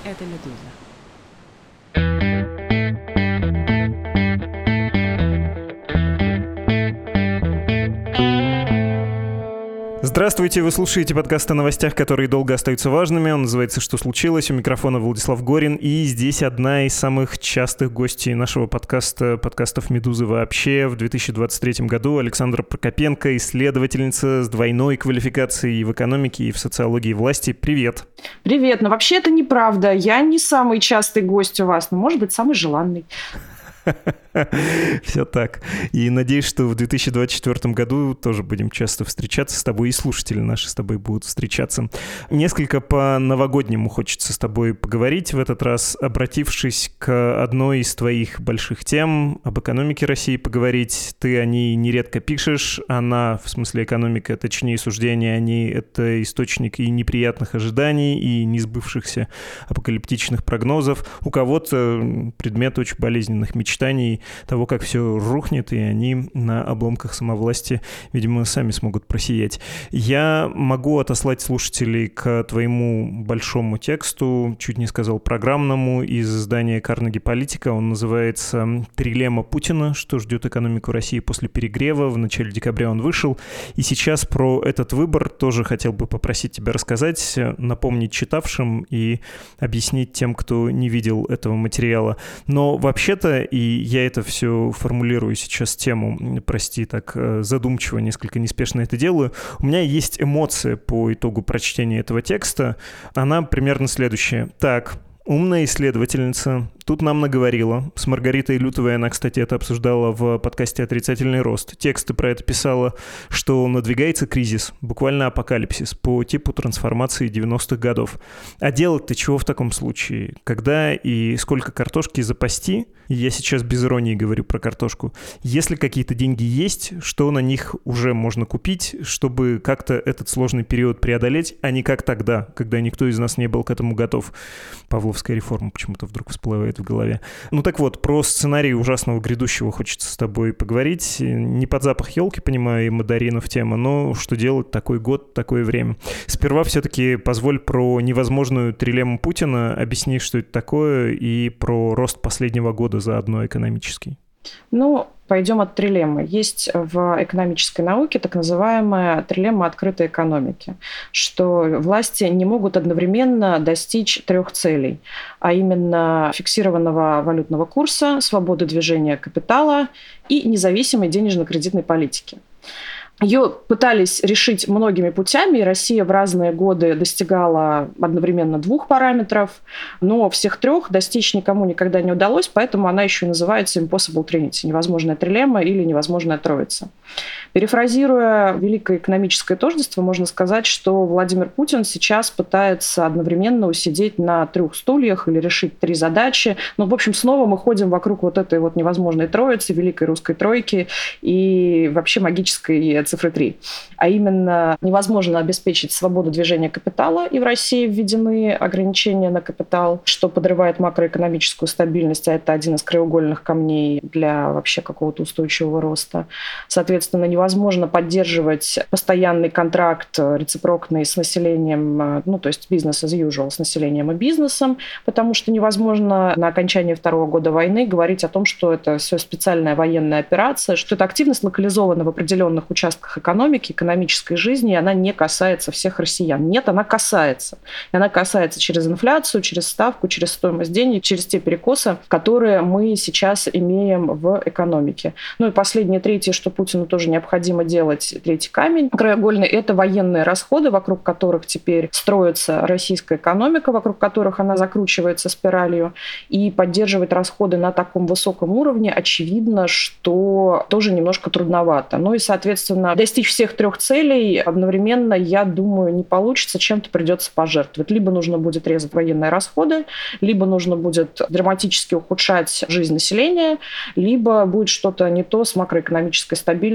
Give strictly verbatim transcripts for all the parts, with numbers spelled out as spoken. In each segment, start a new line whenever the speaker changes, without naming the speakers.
Это «Медуза».
Здравствуйте, вы слушаете подкаст о новостях, которые долго остаются важными. Он называется «Что случилось?». У микрофона Владислав Горин. И здесь одна из самых частых гостей нашего подкаста, подкастов «Медузы» вообще. В две тысячи двадцать третьем году Александра Прокопенко, исследовательница с двойной квалификацией и в экономике, и в социологии власти. Привет.
Привет. Но вообще это неправда. Я не самый частый гость у вас, но, может быть, самый желанный.
Все так. И надеюсь, что в две тысячи двадцать четвёртом году тоже будем часто встречаться с тобой, и слушатели наши с тобой будут встречаться. Несколько по-новогоднему хочется с тобой поговорить, в этот раз обратившись к одной из твоих больших тем, об экономике России поговорить. Ты о ней нередко пишешь. Она, в смысле экономика, точнее суждения о ней, это источник и неприятных ожиданий, и несбывшихся апокалиптичных прогнозов. У кого-то предмет очень болезненных мечтаний, того, как все рухнет, и они на обломках самовластия, видимо, сами смогут просиять. Я могу отослать слушателей к твоему большому тексту, чуть не сказал программному, из издания «Карнеги Политика». Он называется «Трилемма Путина. Что ждет экономику России после перегрева». В начале декабря он вышел. И сейчас про этот выбор тоже хотел бы попросить тебя рассказать, напомнить читавшим и объяснить тем, кто не видел этого материала. Но вообще-то, и я это все формулирую сейчас тему, прости, так задумчиво, несколько неспешно это делаю. У меня есть эмоция по итогу прочтения этого текста. Она примерно следующая. Так, умная исследовательница тут нам наговорила. С Маргаритой Лютовой она, кстати, это обсуждала в подкасте «Отрицательный рост». Тексты про это писала, что надвигается кризис, буквально апокалипсис, по типу трансформации девяностых годов. А делать-то чего в таком случае? Когда и сколько картошки запасти? И я сейчас без иронии говорю про картошку. Если какие-то деньги есть, что на них уже можно купить, чтобы как-то этот сложный период преодолеть, а не как тогда, когда никто из нас не был к этому готов. Павловская реформа почему-то вдруг всплывает в голове. Ну так вот, про сценарий ужасного грядущего хочется с тобой поговорить. Не под запах елки, понимаю, и мандаринов тема, но что делать такой год, такое время. Сперва все-таки позволь про невозможную трилемму Путина, объясни, что это такое, и про рост последнего года заодно экономический.
Ну, пойдем от трилеммы. Есть в экономической науке так называемая трилемма открытой экономики, что власти не могут одновременно достичь трех целей, а именно фиксированного валютного курса, свободы движения капитала и независимой денежно-кредитной политики. Ее пытались решить многими путями, и Россия в разные годы достигала одновременно двух параметров, но всех трех достичь никому никогда не удалось, поэтому она еще и называется impossible trinity, невозможная трилемма или невозможная троица. Перефразируя великое экономическое тождество, можно сказать, что Владимир Путин сейчас пытается одновременно усидеть на трех стульях или решить три задачи. Но, в общем, снова мы ходим вокруг вот этой вот невозможной троицы, великой русской тройки и вообще магической цифры три. А именно, невозможно обеспечить свободу движения капитала, и в России введены ограничения на капитал, что подрывает макроэкономическую стабильность, а это один из краеугольных камней для вообще какого-то устойчивого роста. Соответственно, невозможно Возможно поддерживать постоянный контракт рецепрокный с населением, ну, то есть business as usual с населением и бизнесом, потому что невозможно на окончании второго года войны говорить о том, что это все специальная военная операция, что эта активность локализована в определенных участках экономики, экономической жизни, и она не касается всех россиян. Нет, она касается. И она касается через инфляцию, через ставку, через стоимость денег, через те перекосы, которые мы сейчас имеем в экономике. Ну и последнее, третье, что Путину тоже необходимо необходимо делать, третий камень краеугольный, это военные расходы, вокруг которых теперь строится российская экономика, вокруг которых она закручивается спиралью, и поддерживать расходы на таком высоком уровне, очевидно, что тоже немножко трудновато. Ну и, соответственно, достичь всех трех целей одновременно, я думаю, не получится, чем-то придется пожертвовать. Либо нужно будет резать военные расходы, либо нужно будет драматически ухудшать жизнь населения, либо будет что-то не то с макроэкономической стабильностью, ну,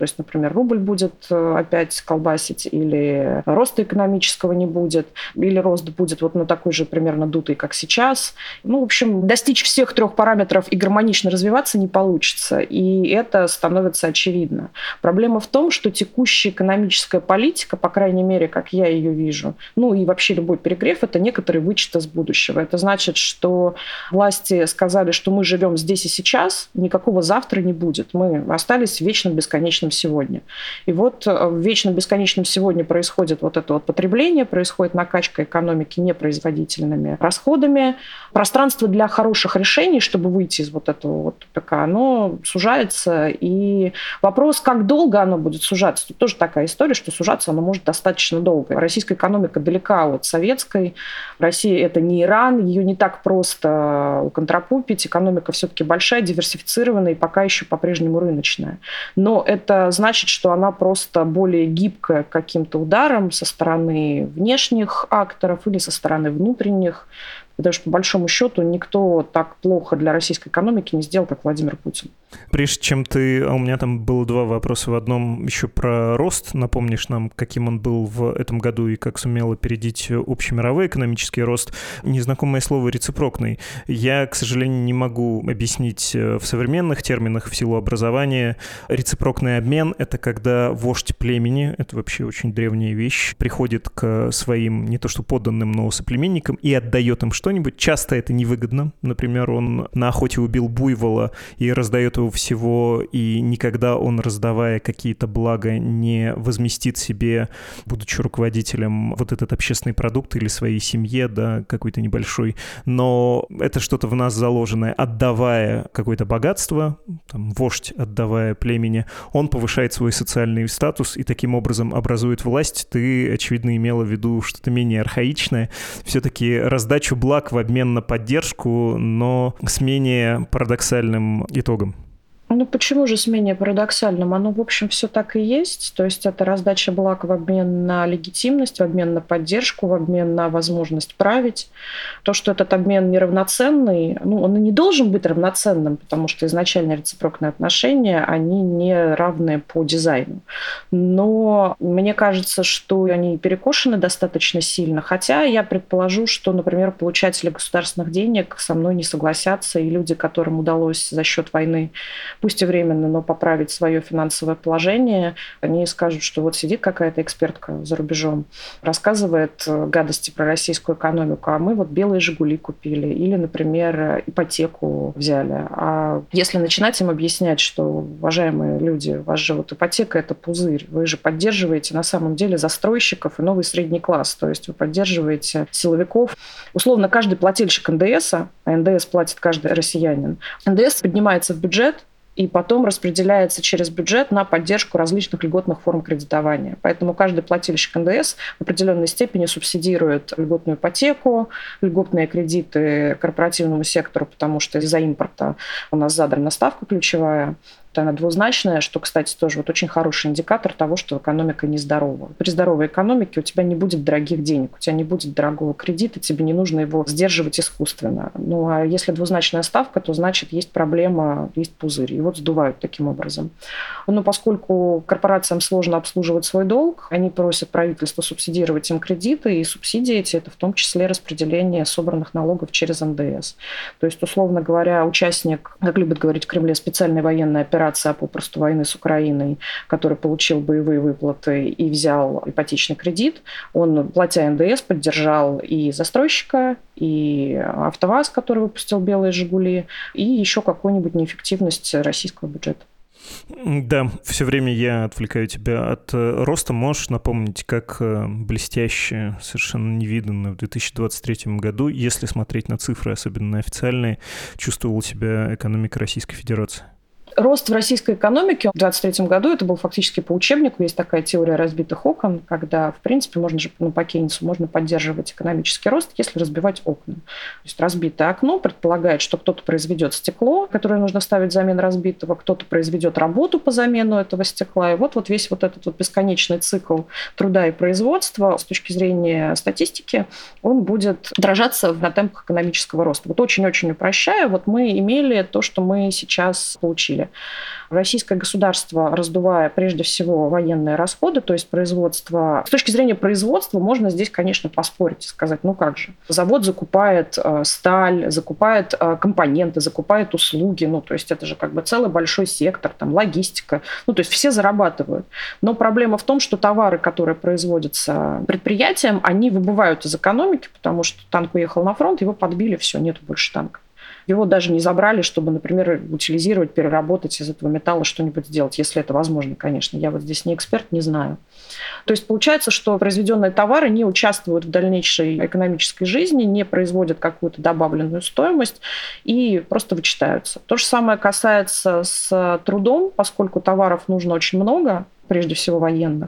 То есть, например, рубль будет опять колбасить, или роста экономического не будет, или рост будет вот на такой же примерно дутый, как сейчас. Ну, в общем, достичь всех трех параметров и гармонично развиваться не получится. И это становится очевидно. Проблема в том, что текущая экономическая политика, по крайней мере, как я ее вижу, ну и вообще любой перегрев, это некоторый вычет из будущего. Это значит, что власти сказали, что мы живем здесь и сейчас, никакого завтра не будет. Мы остались в вечном бесконечном сегодня. И вот в вечном бесконечном сегодня происходит вот это вот потребление, происходит накачка экономики непроизводительными расходами. Пространство для хороших решений, чтобы выйти из вот этого вот тупика, оно сужается. И вопрос, как долго оно будет сужаться, тут тоже такая история, что сужаться оно может достаточно долго. Российская экономика далека от советской. Россия — это не Иран, ее не так просто уконтропупить. Экономика все-таки большая, диверсифицированная и пока еще по-прежнему рыночная. Но это значит, что она просто более гибкая к каким-то ударам со стороны внешних акторов или со стороны внутренних. Потому что, по большому счету, никто так плохо для российской экономики не сделал, как Владимир Путин.
Прежде чем ты... А у меня там было два вопроса в одном еще про рост. Напомнишь нам, каким он был в этом году и как сумел опередить общемировой экономический рост. Незнакомое слово «рецепрокный». Я, к сожалению, не могу объяснить в современных терминах в силу образования. Рецепрокный обмен — это когда вождь племени, это вообще очень древняя вещь, приходит к своим не то что подданным, но соплеменникам и отдает им что-нибудь. Часто это невыгодно. Например, он на охоте убил буйвола и раздает его всего, и никогда он, раздавая какие-то блага, не возместит себе, будучи руководителем, вот этот общественный продукт или своей семье, да, какой-то небольшой. Но это что-то в нас заложенное. Отдавая какое-то богатство, там, вождь, отдавая племени, он повышает свой социальный статус и таким образом образует власть. Ты, очевидно, имела в виду что-то менее архаичное. Все-таки раздачу благ в обмен на поддержку, но с менее парадоксальным итогом.
Ну почему же с менее парадоксальным? Оно, в общем, все так и есть. То есть это раздача благ в обмен на легитимность, в обмен на поддержку, в обмен на возможность править. То, что этот обмен неравноценный, ну, он и не должен быть равноценным, потому что изначально рецепрокные отношения, они не равны по дизайну. Но мне кажется, что они перекошены достаточно сильно. Хотя я предположу, что, например, получатели государственных денег со мной не согласятся, и люди, которым удалось за счет войны, пусть и временно, но поправить свое финансовое положение, они скажут, что вот сидит какая-то экспертка за рубежом, рассказывает гадости про российскую экономику, а мы вот белые «Жигули» купили или, например, ипотеку взяли. А если начинать им объяснять, что, уважаемые люди, у вас же вот ипотека — это пузырь, вы же поддерживаете на самом деле застройщиков и новый средний класс, то есть вы поддерживаете силовиков. Условно, каждый плательщик эн дэ эс, а эн дэ эс платит каждый россиянин, эн дэ эс поднимается в бюджет, и потом распределяется через бюджет на поддержку различных льготных форм кредитования. Поэтому каждый плательщик эн дэ эс в определенной степени субсидирует льготную ипотеку, льготные кредиты корпоративному сектору, потому что из-за импорта у нас задрана ставка ключевая. Она двузначная, что, кстати, тоже вот очень хороший индикатор того, что экономика нездорова. При здоровой экономике у тебя не будет дорогих денег, у тебя не будет дорогого кредита, тебе не нужно его сдерживать искусственно. Ну а если двузначная ставка, то значит есть проблема, есть пузырь. И вот сдувают таким образом. Но поскольку корпорациям сложно обслуживать свой долг, они просят правительство субсидировать им кредиты, и субсидии эти — это в том числе распределение собранных налогов через эн дэ эс. То есть, условно говоря, участник, как любят говорить в Кремле, специальной военной операции, а попросту войны с Украиной, который получил боевые выплаты и взял ипотечный кредит, он, платя эн дэ эс, поддержал и застройщика, и АвтоВАЗ, который выпустил белые «Жигули», и еще какую-нибудь неэффективность российского бюджета.
Да, все время я отвлекаю тебя от роста. Можешь напомнить, как блестяще, совершенно невиданно в две тысячи двадцать третьем году, если смотреть на цифры, особенно на официальные, чувствовала себя экономика Российской Федерации?
Рост в российской экономике в двадцать третьем году, это был фактически по учебнику, есть такая теория разбитых окон, когда, в принципе, можно же, ну, по Кейнсу можно поддерживать экономический рост, если разбивать окна. То есть разбитое окно предполагает, что кто-то произведет стекло, которое нужно ставить взамен разбитого, кто-то произведет работу по замену этого стекла. И вот, вот весь вот этот вот бесконечный цикл труда и производства с точки зрения статистики, он будет отражаться на темпах экономического роста. Вот очень-очень упрощая, вот мы имели то, что мы сейчас получили. мире. Российское государство, раздувая прежде всего военные расходы, то есть производство... С точки зрения производства можно здесь, конечно, поспорить и сказать, ну как же. Завод закупает э, сталь, закупает э, компоненты, закупает услуги, ну то есть это же как бы целый большой сектор, там логистика, ну то есть все зарабатывают. Но проблема в том, что товары, которые производятся предприятием, они выбывают из экономики, потому что танк уехал на фронт, его подбили, все, нету больше танка. Его даже не забрали, чтобы, например, утилизировать, переработать из этого металла что-нибудь сделать, если это возможно, конечно. Я вот здесь не эксперт, не знаю. То есть получается, что произведенные товары не участвуют в дальнейшей экономической жизни, не производят какую-то добавленную стоимость и просто вычитаются. То же самое касается с трудом, поскольку товаров нужно очень много, прежде всего военных,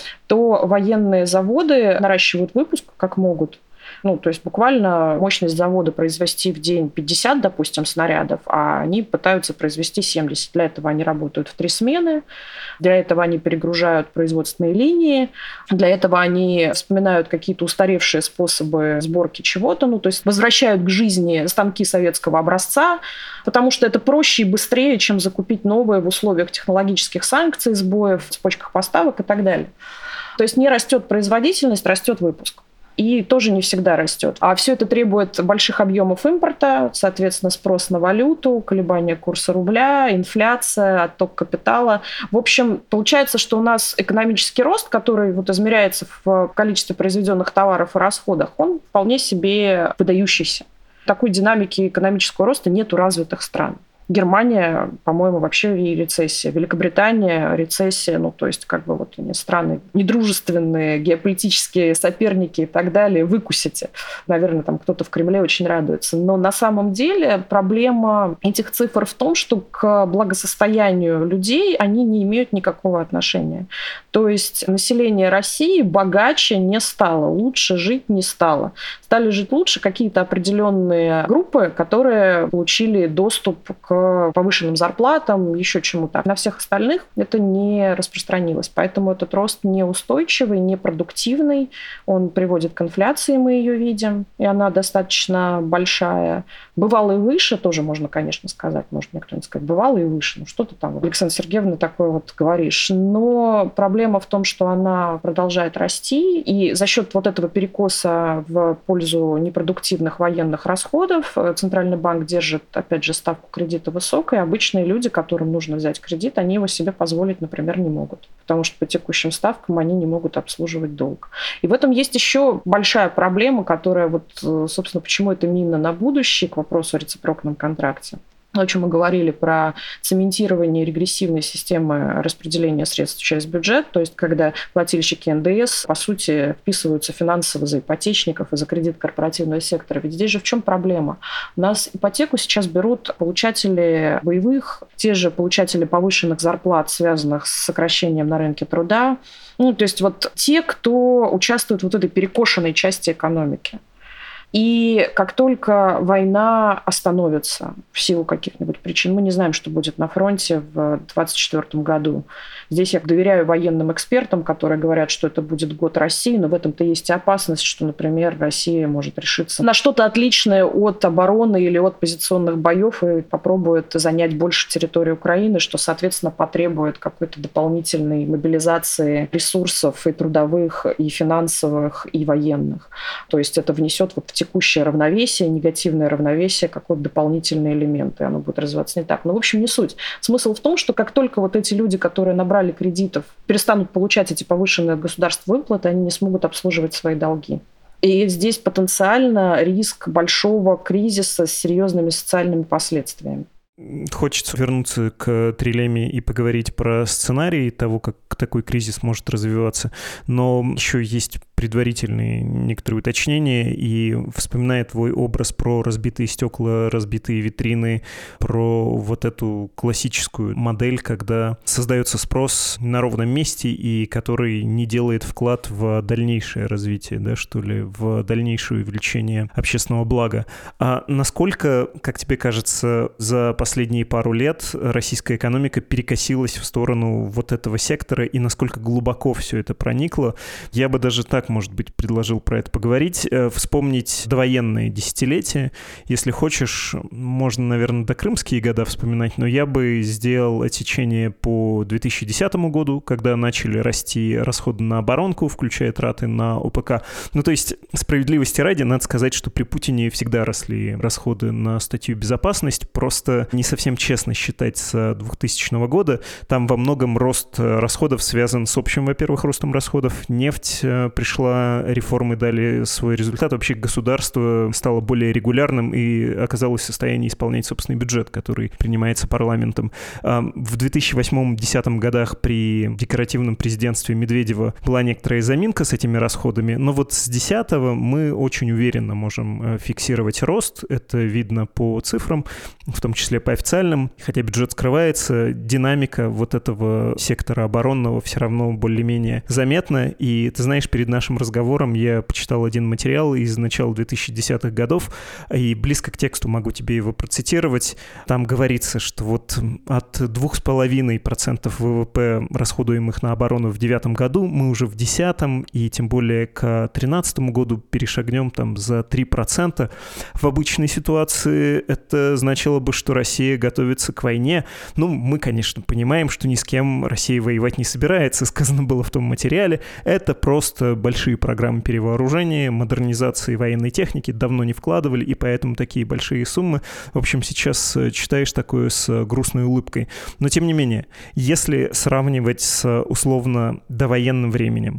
то военные заводы наращивают выпуск как могут. Ну, то есть буквально мощность завода произвести в день пятьдесят, допустим, снарядов, а они пытаются произвести семьдесят. Для этого они работают в три смены, для этого они перегружают производственные линии, для этого они вспоминают какие-то устаревшие способы сборки чего-то, ну, то есть возвращают к жизни станки советского образца, потому что это проще и быстрее, чем закупить новые в условиях технологических санкций, сбоев в цепочках поставок и так далее. То есть не растет производительность, растет выпуск. И тоже не всегда растет. А все это требует больших объемов импорта, соответственно, спрос на валюту, колебания курса рубля, инфляция, отток капитала. В общем, получается, что у нас экономический рост, который вот измеряется в количестве произведенных товаров и расходах, он вполне себе выдающийся. Такой динамики экономического роста нет у развитых стран. Германия, по-моему, вообще и рецессия. Великобритания рецессия, ну, то есть как бы вот они страны недружественные, геополитические соперники и так далее, выкусите. Наверное, там кто-то в Кремле очень радуется. Но на самом деле проблема этих цифр в том, что к благосостоянию людей они не имеют никакого отношения. То есть население России богаче не стало, лучше жить не стало. Стали жить лучше какие-то определенные группы, которые получили доступ к повышенным зарплатам, еще чему-то. На всех остальных это не распространилось. Поэтому этот рост неустойчивый, непродуктивный. Он приводит к инфляции, мы ее видим, и она достаточно большая. Бывало и выше, тоже можно, конечно, сказать. Может мне кто-нибудь сказать, бывало и выше. Ну что ты там, Александра Сергеевна, такое вот говоришь. Но проблема в том, что она продолжает расти, и за счет вот этого перекоса в пользу непродуктивных военных расходов Центральный банк держит, опять же, ставку кредита высокая, обычные люди, которым нужно взять кредит, они его себе позволить, например, не могут, потому что по текущим ставкам они не могут обслуживать долг. И в этом есть еще большая проблема, которая, вот, собственно, почему это мина на будущее, к вопросу о рецепрокном контракте. О чем мы говорили про цементирование регрессивной системы распределения средств через бюджет, то есть когда плательщики эн дэ эс, по сути, вписываются финансово за ипотечников и за кредит корпоративного сектора. Ведь здесь же в чем проблема? У нас ипотеку сейчас берут получатели боевых, те же получатели повышенных зарплат, связанных с сокращением на рынке труда. Ну, то есть вот те, кто участвует в вот этой перекошенной части экономики. И как только война остановится в силу каких-нибудь причин, мы не знаем, что будет на фронте в двадцать четвёртом году. Здесь я доверяю военным экспертам, которые говорят, что это будет год России, но в этом-то есть и опасность, что, например, Россия может решиться на что-то отличное от обороны или от позиционных боев и попробует занять больше территории Украины, что, соответственно, потребует какой-то дополнительной мобилизации ресурсов и трудовых, и финансовых, и военных. То есть это внесет в текущее равновесие, негативное равновесие, какой-то дополнительный элемент, и оно будет развиваться не так. Но, в общем, не суть. Смысл в том, что как только вот эти люди, которые набрали кредитов, перестанут получать эти повышенные от государства выплаты, они не смогут обслуживать свои долги. И здесь потенциально риск большого кризиса с серьезными социальными последствиями.
Хочется вернуться к трилемме и поговорить про сценарий того, как такой кризис может развиваться. Но еще есть предварительные некоторые уточнения, и вспоминая твой образ про разбитые стекла, разбитые витрины, про вот эту классическую модель, когда создается спрос на ровном месте и который не делает вклад в дальнейшее развитие, да, что ли, в дальнейшее увеличение общественного блага. А насколько, как тебе кажется, за последние пару лет российская экономика перекосилась в сторону вот этого сектора, и насколько глубоко все это проникло? Я бы даже так так, может быть, предложил про это поговорить. Вспомнить довоенные десятилетия. Если хочешь, можно, наверное, докрымские года вспоминать, но я бы сделал отсечение по две тысячи десятому году, когда начали расти расходы на оборонку, включая траты на ОПК. Ну, то есть, справедливости ради, надо сказать, что при Путине всегда росли расходы на статью «Безопасность», просто не совсем честно считать с двухтысячного года. Там во многом рост расходов связан с общим, во-первых, ростом расходов. Нефть пришла, реформы дали свой результат. Вообще государство стало более регулярным и оказалось в состоянии исполнять собственный бюджет, который принимается парламентом. В две тысячи восьмом — две тысячи десятом годах при декоративном президентстве Медведева была некоторая заминка с этими расходами, но вот с две тысячи десятого мы очень уверенно можем фиксировать рост. Это видно по цифрам, в том числе по официальным. Хотя бюджет скрывается, динамика вот этого сектора оборонного все равно более-менее заметна. И ты знаешь, перед нашим разговором я почитал один материал из начала две тысячи десятых годов, и близко к тексту могу тебе его процитировать. Там говорится, что вот от двух с половиной процентов ВВП, расходуемых на оборону в девятом году, мы уже в десятом и тем более к тринадцатому году перешагнем там за три процента. В обычной ситуации это значило бы, что Россия готовится к войне. Ну, мы, конечно, понимаем, что ни с кем Россия воевать не собирается, сказано было в том материале. Это просто большие программы перевооружения, модернизации военной техники давно не вкладывали, и поэтому такие большие суммы. В общем, сейчас читаешь такое с грустной улыбкой. Но, тем не менее, если сравнивать с условно довоенным временем,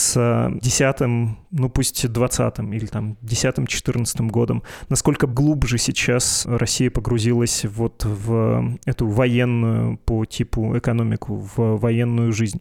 с десятым, ну пусть двадцатым или там десятым-четырнадцатым годом, насколько глубже сейчас Россия погрузилась вот в эту военную по типу экономику, в военную жизнь?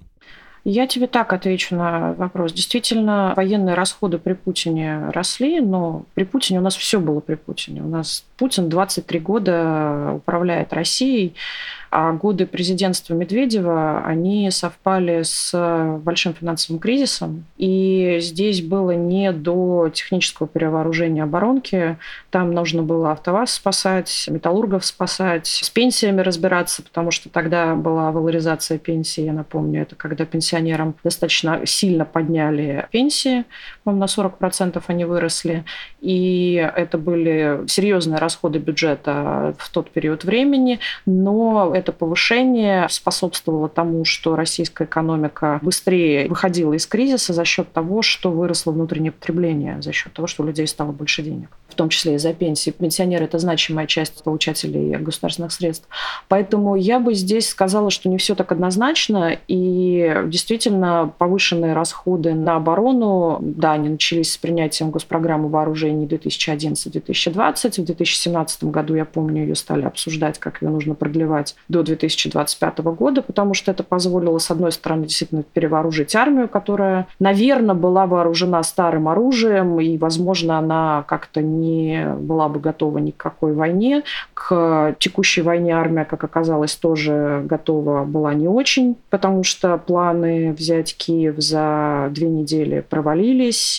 Я тебе так отвечу на вопрос. Действительно, военные расходы при Путине росли, но при Путине у нас все было при Путине. У нас Путин двадцать три года управляет Россией, а годы президентства Медведева, они совпали с большим финансовым кризисом. И здесь было не до технического перевооружения оборонки. Там нужно было АвтоВАЗ спасать, металлургов спасать, с пенсиями разбираться, потому что тогда была валоризация пенсии, я напомню, это когда пенсионерам достаточно сильно подняли пенсии, по-моему, на сорок процентов они выросли. И это были серьезные расходы бюджета в тот период времени, но это повышение способствовало тому, что российская экономика быстрее выходила из кризиса за счет того, что выросло внутреннее потребление, за счет того, что у людей стало больше денег, в том числе и за пенсии. Пенсионеры – это значимая часть получателей государственных средств. Поэтому я бы здесь сказала, что не все так однозначно, и действительно повышенные расходы на оборону, да, они начались с принятием госпрограммы вооружений две тысячи одиннадцатый — две тысячи двадцатый. В две тысячи семнадцатом году, я помню, ее стали обсуждать, как ее нужно продлевать до две тысячи двадцать пятого года, потому что это позволило, с одной стороны, действительно перевооружить армию, которая, наверное, была вооружена старым оружием, и, возможно, она как-то не была бы готова ни к какой войне. К текущей войне армия, как оказалось, тоже готова была не очень, потому что планы взять Киев за две недели провалились,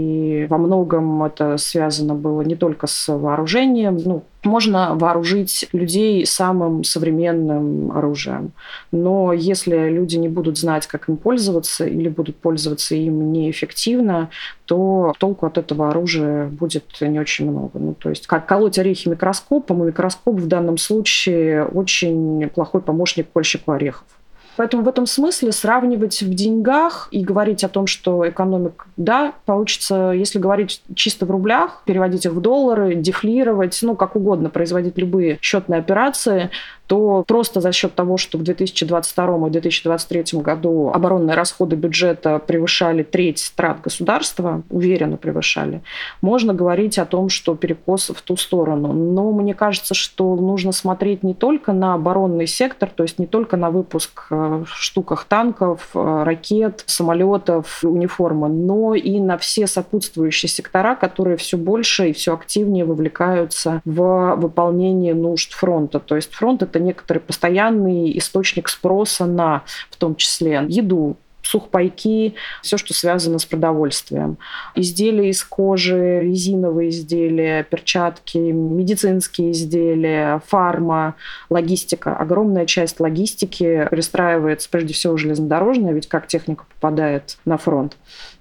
и во многом это связано было не только с вооружением. Ну, можно вооружить людей самым современным оружием, но если люди не будут знать, как им пользоваться, или будут пользоваться им неэффективно, то толку от этого оружия будет не очень много. Ну, то есть как колоть орехи микроскопом, и микроскоп в данном случае очень плохой помощник кольщику орехов. Поэтому в этом смысле сравнивать в деньгах и говорить о том, что экономика, да, получится, если говорить чисто в рублях, переводить их в доллары, дефлировать, ну, как угодно, производить любые счетные операции, то просто за счет того, что в две тысячи двадцать втором и две тысячи двадцать третьем году оборонные расходы бюджета превышали треть трат государства, уверенно превышали, можно говорить о том, что перекос в ту сторону. Но мне кажется, что нужно смотреть не только на оборонный сектор, то есть не только на выпуск в штуках танков, ракет, самолетов, униформы, но и на все сопутствующие сектора, которые все больше и все активнее вовлекаются в выполнение нужд фронта. То есть фронт — это некоторый постоянный источник спроса на, в том числе, еду, сухпайки, все, что связано с продовольствием. Изделия из кожи, резиновые изделия, перчатки, медицинские изделия, фарма, логистика. Огромная часть логистики перестраивается, прежде всего, железнодорожная, ведь как техника попадает на фронт.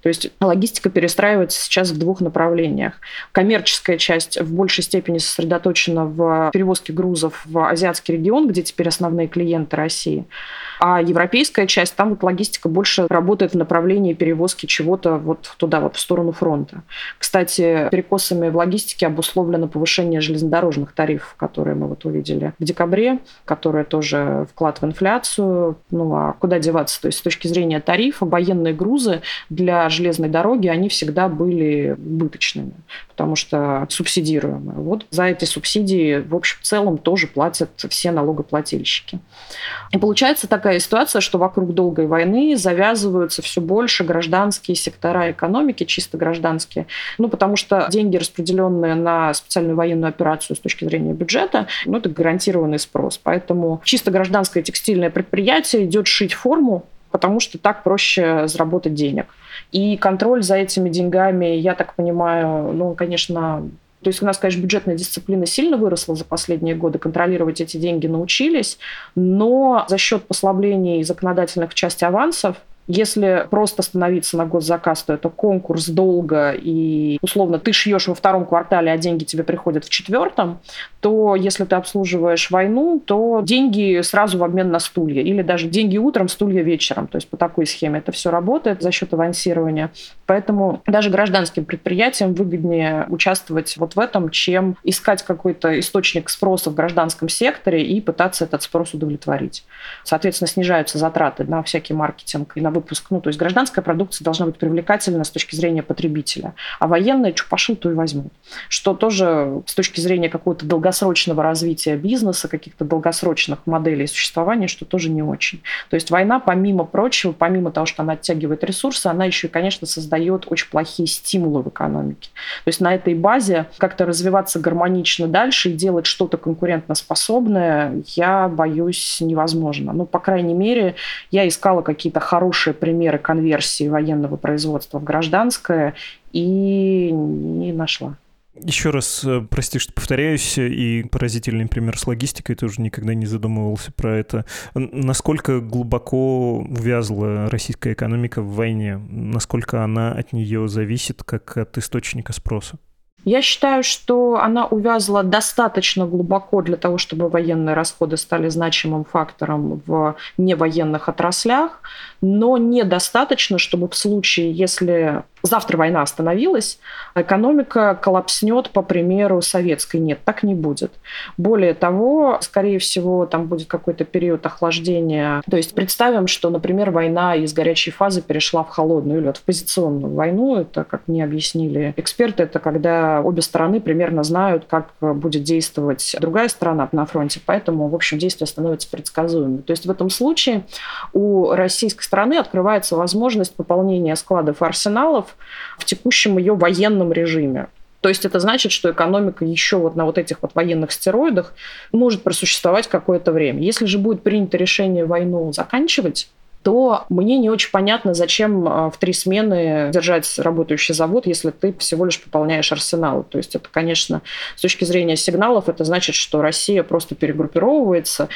То есть логистика перестраивается сейчас в двух направлениях. Коммерческая часть в большей степени сосредоточена в перевозке грузов в азиатский регион, где теперь основные клиенты России. А европейская часть, там вот логистика больше работает в направлении перевозки чего-то вот туда, вот в сторону фронта. Кстати, перекосами в логистике обусловлено повышение железнодорожных тарифов, которые мы вот увидели в декабре, которые тоже вклад в инфляцию. Ну а куда деваться? То есть с точки зрения тарифа военные грузы для железной дороги, они всегда были убыточными, потому что субсидируемые. Вот за эти субсидии в общем целом тоже платят все налогоплательщики. И получается такая ситуация, что вокруг долгой войны завязываются все больше гражданские сектора экономики, чисто гражданские. Ну, потому что деньги, распределенные на специальную военную операцию с точки зрения бюджета, ну, это гарантированный спрос. Поэтому чисто гражданское текстильное предприятие идет шить форму, потому что так проще заработать денег. И контроль за этими деньгами, я так понимаю, ну, конечно... То есть у нас, конечно, бюджетная дисциплина сильно выросла за последние годы, контролировать эти деньги научились, но за счет послаблений законодательных в части авансов, если просто становиться на госзаказ, то это конкурс долго, и условно ты шьешь во втором квартале, а деньги тебе приходят в четвертом, то если ты обслуживаешь войну, то деньги сразу в обмен на стулья. Или даже деньги утром, стулья вечером. То есть по такой схеме это все работает за счет авансирования. Поэтому даже гражданским предприятиям выгоднее участвовать вот в этом, чем искать какой-то источник спроса в гражданском секторе и пытаться этот спрос удовлетворить. Соответственно, снижаются затраты на всякий маркетинг и на выпуск. Ну, то есть гражданская продукция должна быть привлекательна с точки зрения потребителя. А военные, что пошли, то и возьмут. Что тоже с точки зрения какого-то долгосрочного развития бизнеса, каких-то долгосрочных моделей существования, что тоже не очень. То есть война, помимо прочего, помимо того, что она оттягивает ресурсы, она еще и, конечно, создает очень плохие стимулы в экономике. То есть на этой базе как-то развиваться гармонично дальше и делать что-то конкурентоспособное, я боюсь, невозможно. Ну, по крайней мере, я искала какие-то хорошие примеры конверсии военного производства в гражданское и не нашла.
Еще раз, прости, что повторяюсь, и поразительный пример с логистикой, тоже никогда не задумывался про это. Насколько глубоко увязла российская экономика в войне? Насколько она от нее зависит, как от источника спроса?
Я считаю, что она увязла достаточно глубоко для того, чтобы военные расходы стали значимым фактором в невоенных отраслях, но недостаточно, чтобы в случае, если завтра война остановилась, экономика коллапснет по примеру советской. Нет, так не будет. Более того, скорее всего, там будет какой-то период охлаждения. То есть представим, что, например, война из горячей фазы перешла в холодную или вот в позиционную войну. Это, как мне объяснили эксперты, это когда обе стороны примерно знают, как будет действовать другая сторона на фронте. Поэтому, в общем, действия становятся предсказуемыми. То есть в этом случае у российской стороны открывается возможность пополнения складов и арсеналов в текущем ее военном режиме. То есть это значит, что экономика еще вот на вот этих вот военных стероидах может просуществовать какое-то время. Если же будет принято решение войну заканчивать, то мне не очень понятно, зачем в три смены держать работающий завод, если ты всего лишь пополняешь арсенал. То есть это, конечно, с точки зрения сигналов, это значит, что Россия просто перегруппировывается,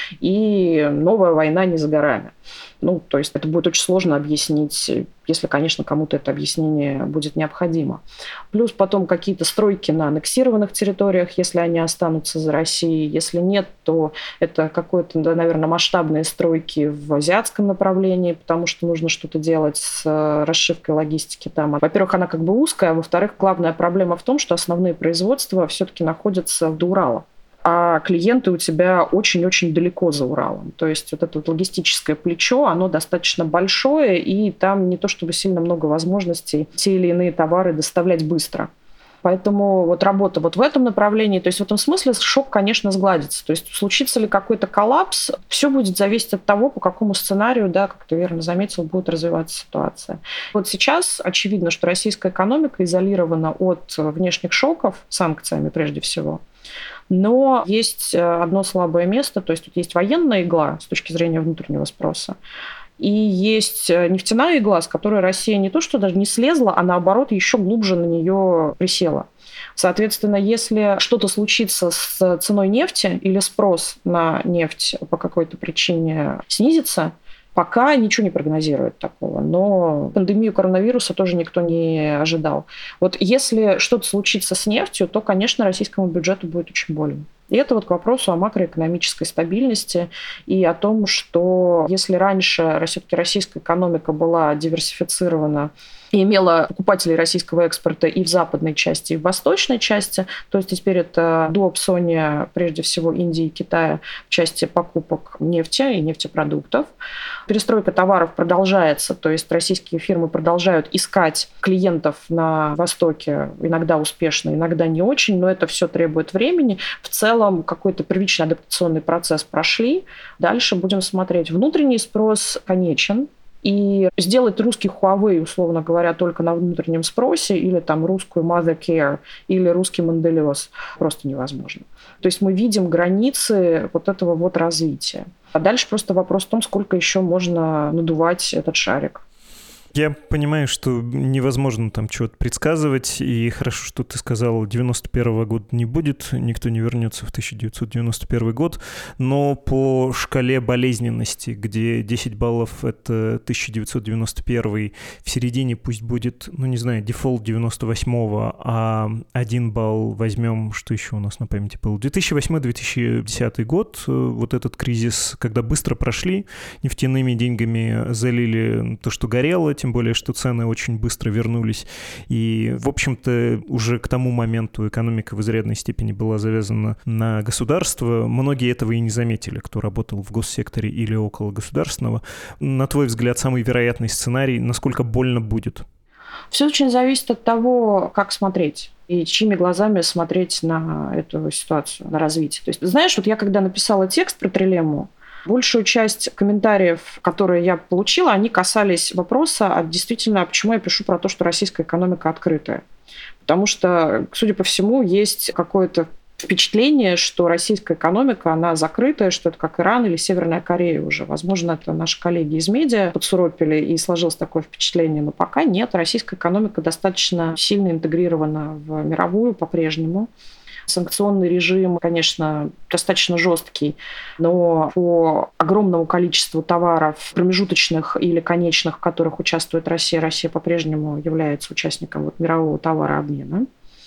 и новая война не за горами. Ну, то есть это будет очень сложно объяснить, если, конечно, кому-то это объяснение будет необходимо. Плюс потом какие-то стройки на аннексированных территориях, если они останутся за Россией. Если нет, то это какое-то, да, наверное, масштабные стройки в азиатском направлении, потому что нужно что-то делать с расшивкой логистики там. Во-первых, она как бы узкая, а во-вторых, главная проблема в том, что основные производства все-таки находятся до Урала. А клиенты у тебя очень-очень далеко за Уралом. То есть вот это вот логистическое плечо, оно достаточно большое, и там не то чтобы сильно много возможностей те или иные товары доставлять быстро. Поэтому вот работа вот в этом направлении, то есть в этом смысле шок, конечно, сгладится. То есть случится ли какой-то коллапс, все будет зависеть от того, по какому сценарию, да, как ты верно заметил, будет развиваться ситуация. Вот сейчас очевидно, что российская экономика изолирована от внешних шоков, санкциями прежде всего. Но есть одно слабое место, то есть тут есть военная игла с точки зрения внутреннего спроса, и есть нефтяная игла, с которой Россия не то что даже не слезла, а наоборот еще глубже на нее присела. Соответственно, если что-то случится с ценой нефти или спрос на нефть по какой-то причине снизится, Пока ничего не прогнозирует такого, но пандемию коронавируса тоже никто не ожидал. Вот если что-то случится с нефтью, то, конечно, российскому бюджету будет очень больно. И это вот к вопросу о макроэкономической стабильности и о том, что если раньше все-таки российская экономика была диверсифицирована и имела покупателей российского экспорта и в западной части, и в восточной части, то есть теперь это дуопсония, прежде всего, Индии и Китая в части покупок нефти и нефтепродуктов. Перестройка товаров продолжается, то есть российские фирмы продолжают искать клиентов на Востоке, иногда успешно, иногда не очень, но это все требует времени. В целом какой-то первичный адаптационный процесс прошли. Дальше будем смотреть. Внутренний спрос конечен. И сделать русский Huawei, условно говоря, только на внутреннем спросе, или там русскую Mother Care, или русский Mondelez просто невозможно. То есть мы видим границы вот этого вот развития. А дальше просто вопрос в том, сколько еще можно надувать этот шарик.
Я понимаю, что невозможно там чего-то предсказывать, и хорошо, что ты сказал, девяносто первого года не будет, никто не вернется в тысяча девятьсот девяносто первый год, но по шкале болезненности, где десять баллов — это тысяча девятьсот девяносто первый, в середине пусть будет, ну не знаю, дефолт девяносто восьмого, а один балл возьмем, что еще у нас на памяти было, две тысячи восьмой — две тысячи десятый год, вот этот кризис, когда быстро прошли, нефтяными деньгами залили то, что горело, тем более, что цены очень быстро вернулись. И, в общем-то, уже к тому моменту экономика в изрядной степени была завязана на государство. Многие этого и не заметили, кто работал в госсекторе или около государственного. На твой взгляд, самый вероятный сценарий, насколько больно будет?
Все очень зависит от того, как смотреть и чьими глазами смотреть на эту ситуацию, на развитие. То есть, знаешь, вот я когда написала текст про трилемму, большую часть комментариев, которые я получила, они касались вопроса, а действительно, почему я пишу про то, что российская экономика открытая. Потому что, судя по всему, есть какое-то впечатление, что российская экономика, она закрытая, что это как Иран или Северная Корея уже. Возможно, это наши коллеги из медиа подсуропили, и сложилось такое впечатление, но пока нет. Российская экономика достаточно сильно интегрирована в мировую по-прежнему. Санкционный режим, конечно, достаточно жесткий, но по огромному количеству товаров, промежуточных или конечных, в которых участвует Россия, Россия по-прежнему является участником вот мирового товарообмена.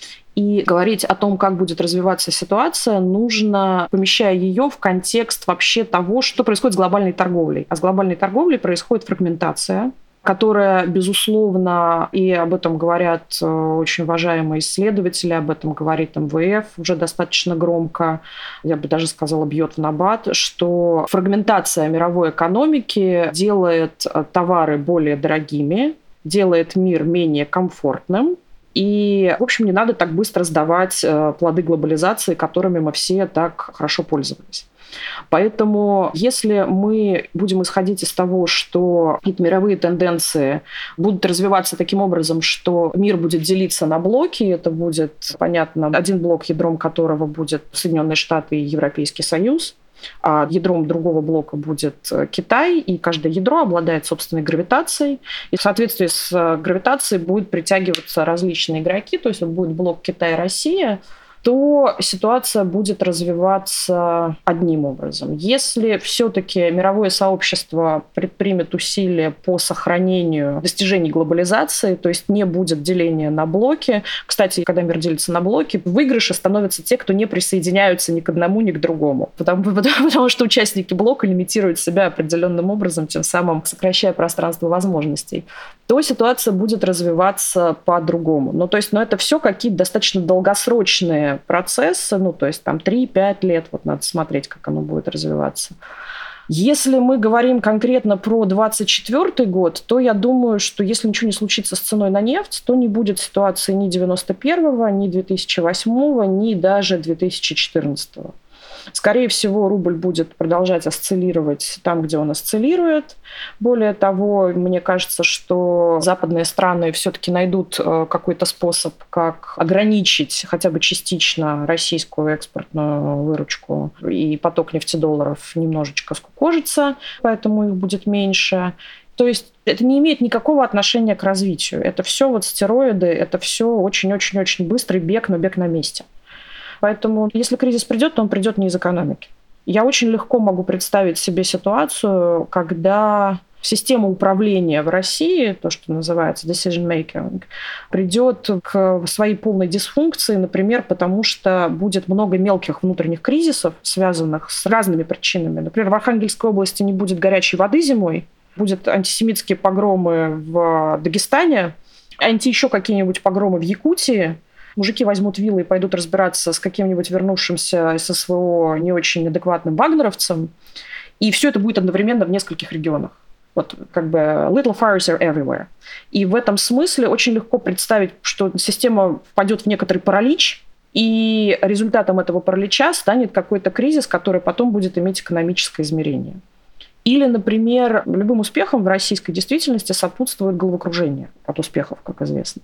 И говорить о том, как будет развиваться ситуация, нужно, помещая ее в контекст вообще того, что происходит с глобальной торговлей. А с глобальной торговлей происходит фрагментация, которая, безусловно, и об этом говорят очень уважаемые исследователи, об этом говорит эм вэ эф уже достаточно громко, я бы даже сказала, бьет в набат, что фрагментация мировой экономики делает товары более дорогими, делает мир менее комфортным, и, в общем, не надо так быстро сдавать плоды глобализации, которыми мы все так хорошо пользовались. Поэтому если мы будем исходить из того, что какие-то мировые тенденции будут развиваться таким образом, что мир будет делиться на блоки, это будет, понятно, один блок, ядром которого будет Соединенные Штаты и Европейский Союз, а ядром другого блока будет Китай, и каждое ядро обладает собственной гравитацией. И в соответствии с гравитацией будут притягиваться различные игроки, то есть вот будет блок Китай-Россия, то ситуация будет развиваться одним образом. Если все-таки мировое сообщество предпримет усилия по сохранению достижений глобализации, то есть не будет деления на блоки. Кстати, когда мир делится на блоки, в выигрыше становятся те, кто не присоединяются ни к одному, ни к другому. Потому, потому, потому что участники блока лимитируют себя определенным образом, тем самым сокращая пространство возможностей. То ситуация будет развиваться по-другому. Ну, то есть, ну, это все какие-то достаточно долгосрочные процессы, ну, то есть там три-пять лет, вот надо смотреть, как оно будет развиваться. Если мы говорим конкретно про двадцать четвёртый год, то я думаю, что если ничего не случится с ценой на нефть, то не будет ситуации ни девяносто первого, ни две тысячи восьмого, ни даже две тысячи четырнадцатого. Скорее всего, рубль будет продолжать осциллировать там, где он осциллирует. Более того, мне кажется, что западные страны все-таки найдут какой-то способ, как ограничить хотя бы частично российскую экспортную выручку, и поток нефтедолларов немножечко скукожится, поэтому их будет меньше. То есть это не имеет никакого отношения к развитию. Это все вот стероиды, это все очень-очень-очень быстрый бег, но бег на месте. Поэтому, если кризис придет, то он придет не из экономики. Я очень легко могу представить себе ситуацию, когда система управления в России, то, что называется decision making, придет к своей полной дисфункции, например, потому что будет много мелких внутренних кризисов, связанных с разными причинами. Например, в Архангельской области не будет горячей воды зимой, будут антисемитские погромы в Дагестане, анти еще какие-нибудь погромы в Якутии. Мужики возьмут виллы и пойдут разбираться с каким-нибудь вернувшимся из СВО не очень адекватным вагнеровцем. И все это будет одновременно в нескольких регионах. Вот как бы little fires are everywhere. И в этом смысле очень легко представить, что система впадет в некоторый паралич, и результатом этого паралича станет какой-то кризис, который потом будет иметь экономическое измерение. Или, например, любым успехам в российской действительности сопутствует головокружение от успехов, как известно.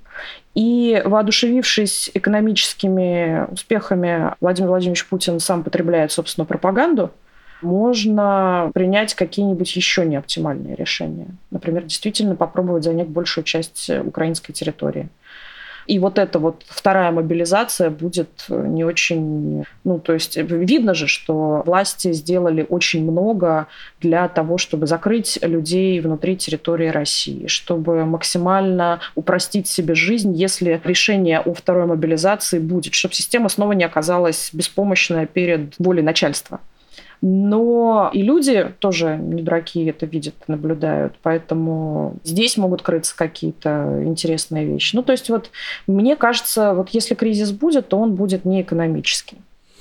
И воодушевившись экономическими успехами, Владимир Владимирович Путин сам потребляет, собственно, пропаганду, можно принять какие-нибудь еще неоптимальные решения. Например, действительно попробовать занять большую часть украинской территории. И вот эта вот вторая мобилизация будет не очень... Ну, то есть видно же, что власти сделали очень много для того, чтобы закрыть людей внутри территории России, чтобы максимально упростить себе жизнь, если решение о второй мобилизации будет, чтобы система снова не оказалась беспомощная перед волей начальства. Но и люди тоже не дураки это видят, наблюдают, поэтому здесь могут крыться какие-то интересные вещи. Ну, то есть вот мне кажется, вот если кризис будет, то он будет не экономический.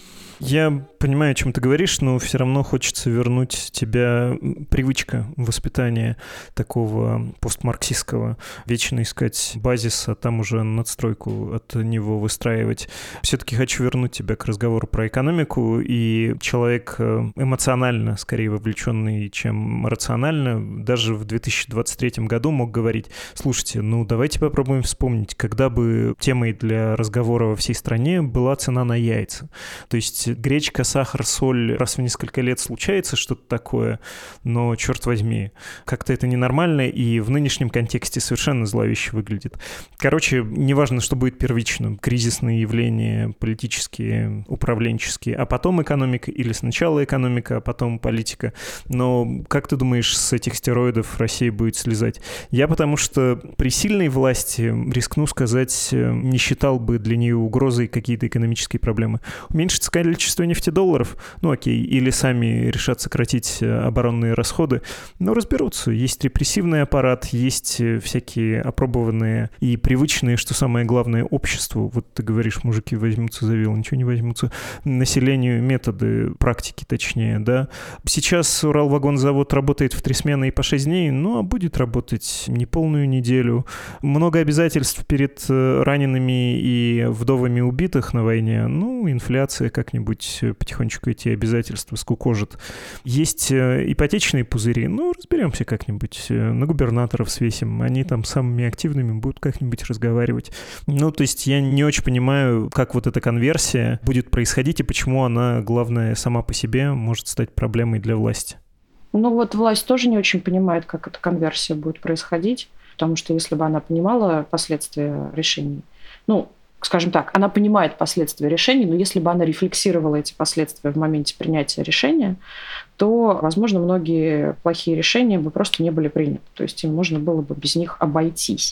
Я понимаю, о чем ты говоришь, но все равно хочется вернуть тебя привычка воспитания такого постмарксистского, вечно искать базис, а там уже надстройку от него выстраивать. Все-таки хочу вернуть тебя к разговору про экономику, и человек эмоционально скорее вовлеченный, чем рационально, даже в две тысячи двадцать третьем году мог говорить: слушайте, ну давайте попробуем вспомнить, когда бы темой для разговора во всей стране была цена на яйца. То есть гречка, сахар, соль, раз в несколько лет случается что-то такое, но, черт возьми, как-то это ненормально и в нынешнем контексте совершенно зловеще выглядит. Короче, неважно, что будет первичным, кризисные явления, политические, управленческие, а потом экономика, или сначала экономика, а потом политика. Но как ты думаешь, с этих стероидов Россия будет слезать? Я потому что при сильной власти, рискну сказать, не считал бы для нее угрозой какие-то экономические проблемы. Уменьшится количество нефтедолларов, ну окей, или сами решат сократить оборонные расходы, но разберутся. Есть репрессивный аппарат, есть всякие опробованные и привычные, что самое главное, обществу. Вот ты говоришь, мужики возьмутся за вилы, ничего не возьмутся. Населению методы, практики точнее, да. Сейчас Уралвагонзавод работает в три смены и по шесть дней, ну а будет работать не полную неделю. Много обязательств перед ранеными и вдовами убитых на войне. Ну, инфляция как-нибудь потихонечку эти обязательства скукожит. Есть ипотечные пузыри, ну, разберемся как-нибудь. На губернаторов свесим, они там самыми активными будут как-нибудь разговаривать. Ну, то есть я не очень понимаю, как вот эта конверсия будет происходить и почему она, главное, сама по себе может стать проблемой для власти.
Ну вот власть тоже не очень понимает, как эта конверсия будет происходить, потому что если бы она понимала последствия решений, ну, скажем так, она понимает последствия решений, но если бы она рефлексировала эти последствия в моменте принятия решения, то, возможно, многие плохие решения бы просто не были приняты. То есть им можно было бы без них обойтись.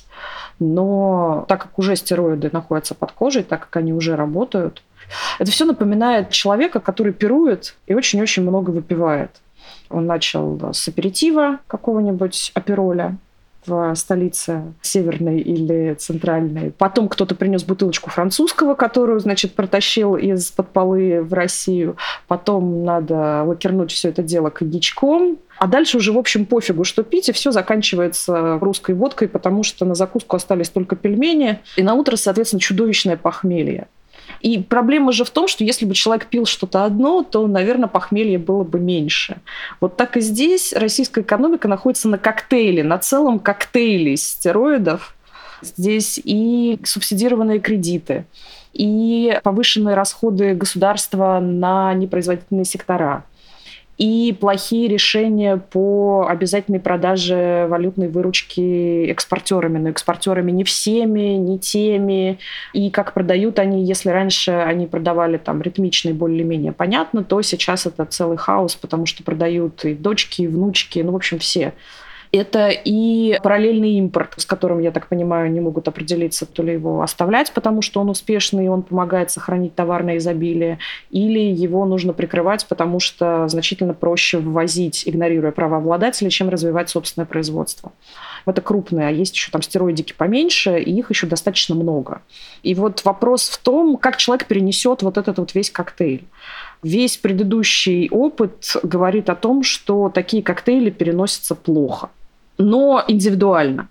Но так как уже стероиды находятся под кожей, так как они уже работают, это все напоминает человека, который пирует и очень-очень много выпивает. Он начал с аперитива какого-нибудь апероля в столице северной или центральной. Потом кто-то принес бутылочку французского, которую, значит, протащил из-под полы в Россию. Потом надо лакернуть все это дело коньячком. А дальше уже, в общем, пофигу, что пить, и все заканчивается русской водкой, потому что на закуску остались только пельмени. И на утро, соответственно, чудовищное похмелье. И проблема же в том, что если бы человек пил что-то одно, то, наверное, похмелья было бы меньше. Вот так и здесь российская экономика находится на коктейле, на целом коктейле стероидов. Здесь и субсидированные кредиты, и повышенные расходы государства на непроизводительные сектора, и плохие решения по обязательной продаже валютной выручки экспортерами. Но экспортерами не всеми, не теми. И как продают они, если раньше они продавали там ритмично и более-менее понятно, то сейчас это целый хаос, потому что продают и дочки, и внучки, ну, в общем, все. Это и параллельный импорт, с которым, я так понимаю, не могут определиться, то ли его оставлять, потому что он успешный, и он помогает сохранить товарное изобилие, или его нужно прикрывать, потому что значительно проще ввозить, игнорируя правообладателей, чем развивать собственное производство. Это крупные, а есть еще там стероидики поменьше, и их еще достаточно много. И вот вопрос в том, как человек перенесет вот этот вот весь коктейль. Весь предыдущий опыт говорит о том, что такие коктейли переносятся плохо, но индивидуально.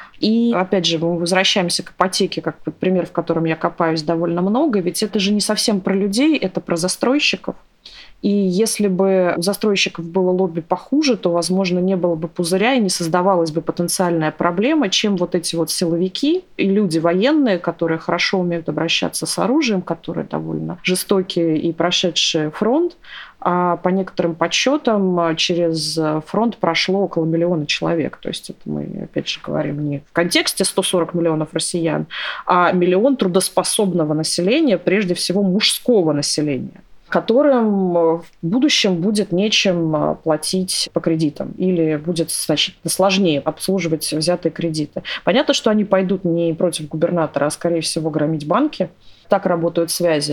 И, опять же, мы возвращаемся к ипотеке, как пример, в котором я копаюсь довольно много, ведь это же не совсем про людей, это про застройщиков. И если бы у застройщиков было лобби похуже, то, возможно, не было бы пузыря и не создавалась бы потенциальная проблема, чем вот эти вот силовики и люди военные, которые хорошо умеют обращаться с оружием, которые довольно жестокие и прошедшие фронт. А по некоторым подсчетам через фронт прошло около миллиона человек. То есть это мы, опять же, говорим не в контексте сто сорок миллионов россиян, а миллион трудоспособного населения, прежде всего мужского населения, которым в будущем будет нечем платить по кредитам или будет значительно сложнее обслуживать взятые кредиты. Понятно, что они пойдут не против губернатора, а, скорее всего, громить банки. Так работают связи,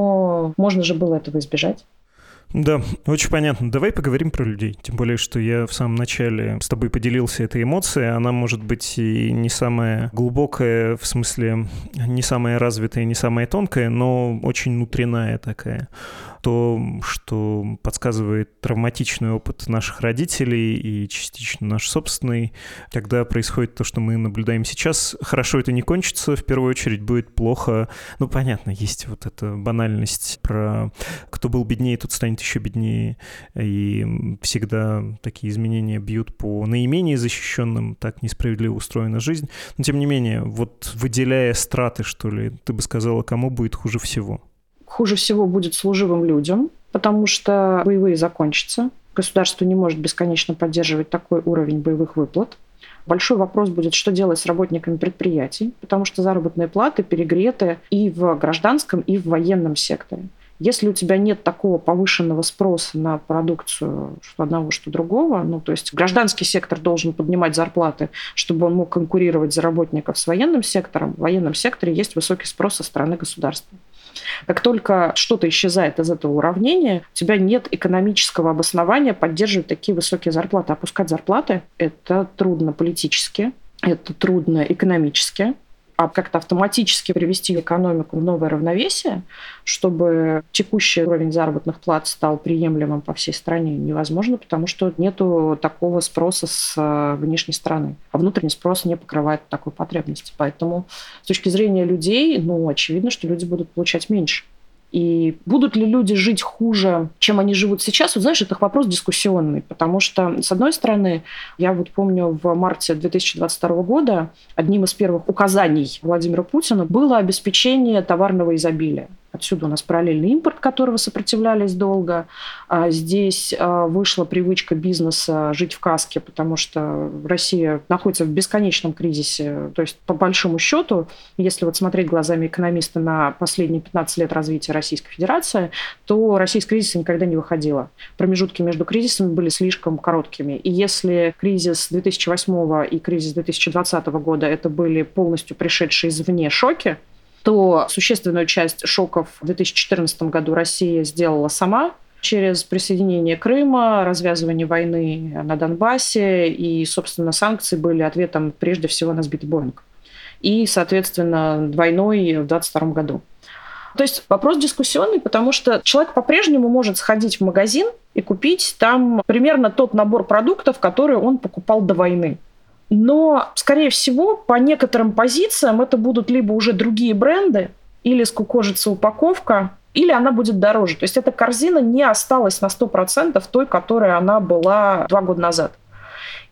но можно же было этого избежать.
Да, очень понятно. Давай поговорим про людей. Тем более, что я в самом начале с тобой поделился этой эмоцией. Она может быть и не самая глубокая, в смысле, не самая развитая, не самая тонкая, но очень внутренняя такая. То, что подсказывает травматичный опыт наших родителей и частично наш собственный, когда происходит то, что мы наблюдаем сейчас. Хорошо это не кончится, в первую очередь будет плохо. Ну, понятно, есть вот эта банальность про кто был беднее, тот станет еще беднее, и всегда такие изменения бьют по наименее защищенным, так несправедливо устроена жизнь. Но, тем не менее, вот выделяя страты, что ли, ты бы сказала, кому будет хуже всего?
Хуже всего будет служивым людям, потому что боевые закончатся. Государство не может бесконечно поддерживать такой уровень боевых выплат. Большой вопрос будет, что делать с работниками предприятий, потому что заработные платы перегреты и в гражданском, и в военном секторе. Если у тебя нет такого повышенного спроса на продукцию что одного, что другого, ну, то есть гражданский сектор должен поднимать зарплаты, чтобы он мог конкурировать за работников с военным сектором, в военном секторе есть высокий спрос со стороны государства. Как только что-то исчезает из этого уравнения, у тебя нет экономического обоснования поддерживать такие высокие зарплаты. Опускать зарплаты – это трудно политически, это трудно экономически. А как-то автоматически привести экономику в новое равновесие, чтобы текущий уровень заработных плат стал приемлемым по всей стране, невозможно, потому что нету такого спроса с внешней стороны. А внутренний спрос не покрывает такой потребности. Поэтому с точки зрения людей, ну, очевидно, что люди будут получать меньше. И будут ли люди жить хуже, чем они живут сейчас? Вот знаешь, это вопрос дискуссионный, потому что, с одной стороны, я вот помню, в марте две тысячи двадцать второго года одним из первых указаний Владимира Путина было обеспечение товарного изобилия. Отсюда у нас параллельный импорт, которого сопротивлялись долго. А здесь вышла привычка бизнеса жить в каске, потому что Россия находится в бесконечном кризисе. То есть, по большому счету, если вот смотреть глазами экономиста на последние пятнадцать лет развития Российской Федерации, то Россия из кризиса никогда не выходила. Промежутки между кризисами были слишком короткими. И если кризис две тысячи восьмого и кризис две тысячи двадцатого года это были полностью пришедшие извне шоки, то существенную часть шоков в две тысячи четырнадцатом году Россия сделала сама через присоединение Крыма, развязывание войны на Донбассе, и, собственно, санкции были ответом прежде всего на сбитый Боинг. И, соответственно, войной в двадцать втором году. То есть вопрос дискуссионный, потому что человек по-прежнему может сходить в магазин и купить там примерно тот набор продуктов, который он покупал до войны. Но, скорее всего, по некоторым позициям это будут либо уже другие бренды, или скукожится упаковка, или она будет дороже. То есть эта корзина не осталась на сто процентов той, которой она была два года назад.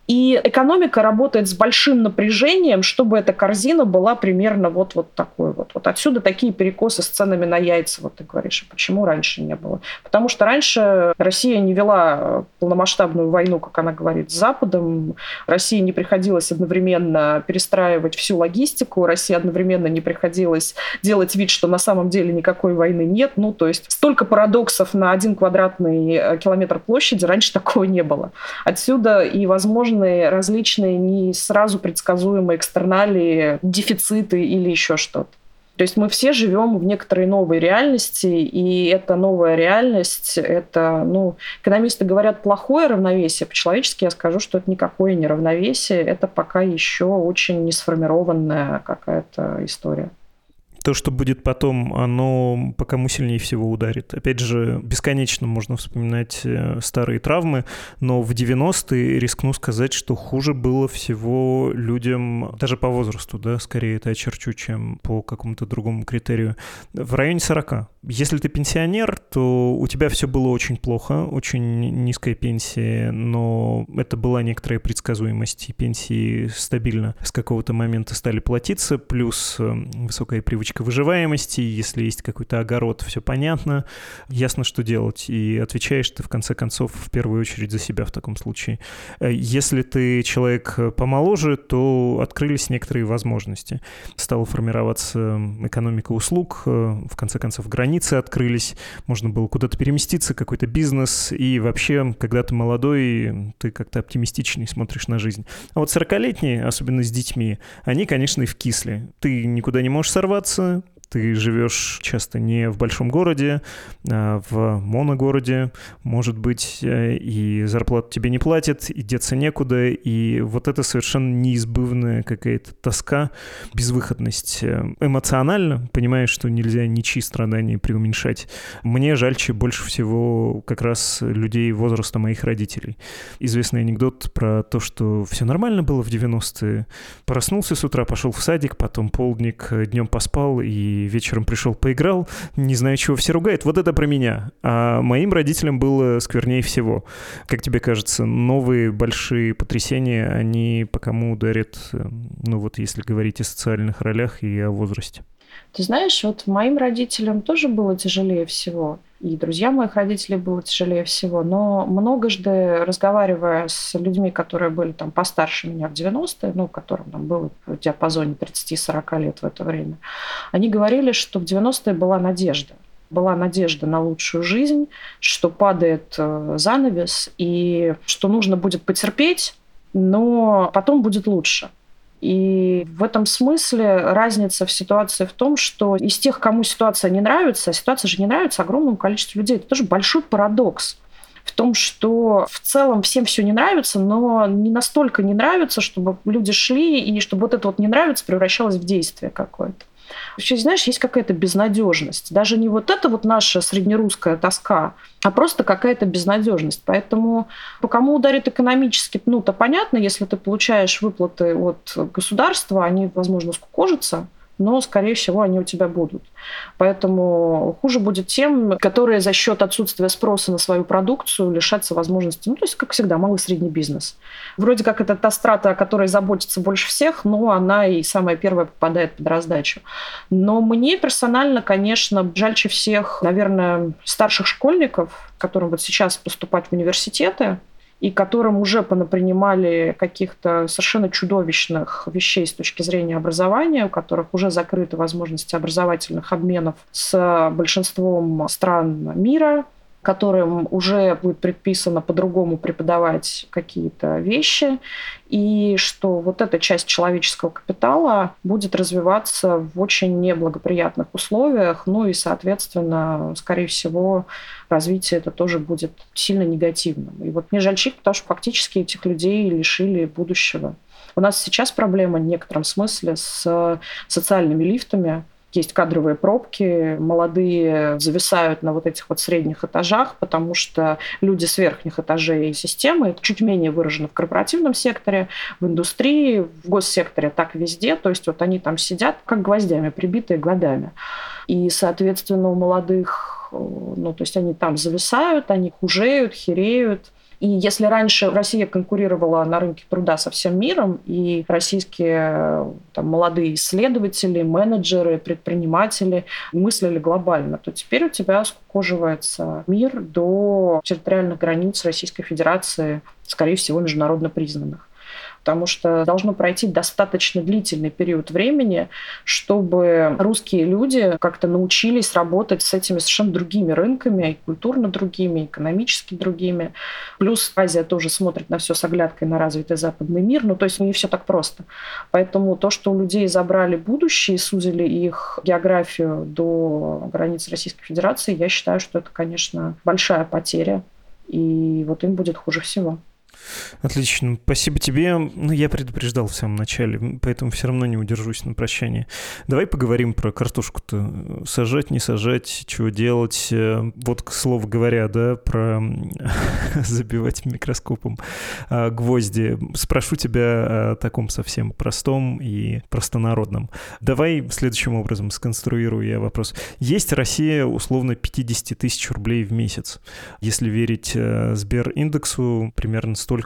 И экономика работает с большим напряжением, чтобы эта корзина была примерно вот, вот такой вот. Вот отсюда такие перекосы с ценами на яйца, вот ты говоришь. Почему раньше не было? Потому что раньше Россия не вела полномасштабную войну, как она говорит, с Западом. России не приходилось одновременно перестраивать всю логистику. России одновременно не приходилось делать вид, что на самом деле никакой войны нет. Ну, то есть столько парадоксов на один квадратный километр площади раньше такого не было. Отсюда и возможно различные не сразу предсказуемые экстерналии, дефициты или еще что-то. То есть мы все живем в некоторой новой реальности, и эта новая реальность, это, ну, экономисты говорят, плохое равновесие. По-человечески я скажу, что это никакое не равновесие, это пока еще очень не сформированная какая-то история.
То, что будет потом, оно по кому сильнее всего ударит. Опять же, бесконечно можно вспоминать старые травмы, но в девяностые рискну сказать, что хуже было всего людям, даже по возрасту, да, скорее это очерчу, чем по какому-то другому критерию, в районе сорока. Если ты пенсионер, то у тебя все было очень плохо, очень низкая пенсия, но это была некоторая предсказуемость, и пенсии стабильно с какого-то момента стали платиться, плюс высокая привычка выживаемости, если есть какой-то огород, все понятно, ясно, что делать, и отвечаешь ты, в конце концов, в первую очередь за себя в таком случае. Если ты человек помоложе, то открылись некоторые возможности. Стала формироваться экономика услуг, в конце концов, границы открылись, можно было куда-то переместиться, какой-то бизнес, и вообще, когда ты молодой, ты как-то оптимистичнее смотришь на жизнь. А вот сорокалетние, особенно с детьми, они, конечно, и вкисли. Ты никуда не можешь сорваться, ты живешь часто не в большом городе, а в моногороде, может быть, и зарплату тебе не платят, и деться некуда, и вот это совершенно неизбывная какая-то тоска, безвыходность. Эмоционально понимаешь, что нельзя ничьи страдания преуменьшать. Мне жальче больше всего как раз людей возраста моих родителей. Известный анекдот про то, что все нормально было в девяностые. Проснулся с утра, пошел в садик, потом полдник, днем поспал и вечером пришел, поиграл, не знаю, чего все ругают. Вот это про меня. А моим родителям было сквернее всего. Как тебе кажется, новые большие потрясения, они по кому ударят, ну вот если говорить о социальных ролях и о возрасте?
Ты знаешь, вот моим родителям тоже было тяжелее всего. И друзьям моих родителей было тяжелее всего. Но многожды, разговаривая с людьми, которые были там постарше меня в девяностые, ну, которым там было в диапазоне тридцать-сорок лет в это время, они говорили, что в девяностые была надежда. Была надежда на лучшую жизнь, что падает занавес, и что нужно будет потерпеть, но потом будет лучше. И в этом смысле разница в ситуации в том, что из тех, кому ситуация не нравится, а ситуация же не нравится огромному количеству людей, это тоже большой парадокс в том, что в целом всем все не нравится, но не настолько не нравится, чтобы люди шли, и чтобы вот это вот не нравится превращалось в действие какое-то. Вообще, знаешь, есть какая-то безнадежность. Даже не вот эта вот наша среднерусская тоска, а просто какая-то безнадежность. Поэтому по кому ударит экономически, ну, то понятно, если ты получаешь выплаты от государства, они, возможно, скукожатся, но, скорее всего, они у тебя будут. Поэтому хуже будет тем, которые за счет отсутствия спроса на свою продукцию лишатся возможности, ну, то есть, как всегда, малый и средний бизнес. Вроде как это та страта, о которой заботится больше всех, но она и самая первая попадает под раздачу. Но мне персонально, конечно, жальче всех, наверное, старших школьников, которым вот сейчас поступать в университеты, и которым уже понапринимали каких-то совершенно чудовищных вещей с точки зрения образования, у которых уже закрыты возможности образовательных обменов с большинством стран мира, которым уже будет предписано по-другому преподавать какие-то вещи, и что вот эта часть человеческого капитала будет развиваться в очень неблагоприятных условиях, ну и, соответственно, скорее всего, развитие это тоже будет сильно негативным. И вот мне жальчик, потому что фактически этих людей лишили будущего. У нас сейчас проблема в некотором смысле с социальными лифтами. Есть кадровые пробки, молодые зависают на вот этих вот средних этажах, потому что люди с верхних этажей системы, это чуть менее выражено в корпоративном секторе, в индустрии, в госсекторе, так везде. То есть вот они там сидят как гвоздями, прибитые годами. И, соответственно, у молодых, ну, то есть они там зависают, они хужеют, хереют. И если раньше Россия конкурировала на рынке труда со всем миром, и российские там, молодые исследователи, менеджеры, предприниматели мыслили глобально, то теперь у тебя скукоживается мир до территориальных границ Российской Федерации, скорее всего, международно признанных. Потому что должно пройти достаточно длительный период времени, чтобы русские люди как-то научились работать с этими совершенно другими рынками, и культурно другими, и экономически другими. Плюс Азия тоже смотрит на все с оглядкой на развитый западный мир. Ну, то есть не все так просто. Поэтому то, что у людей забрали будущее и сузили их географию до границ Российской Федерации, я считаю, что это, конечно, большая потеря. И вот им будет хуже всего.
Отлично. Спасибо тебе. Ну, я предупреждал в самом начале, поэтому все равно не удержусь на прощание. Давай поговорим про картошку-то. Сажать, не сажать, чего делать. Вот, к слову говоря, да, про забивать микроскопом гвозди. Спрошу тебя о таком совсем простом и простонародном. Давай следующим образом сконструирую я вопрос. Есть Россия условно пятьдесят тысяч рублей в месяц. Если верить Сбериндексу, примерно столько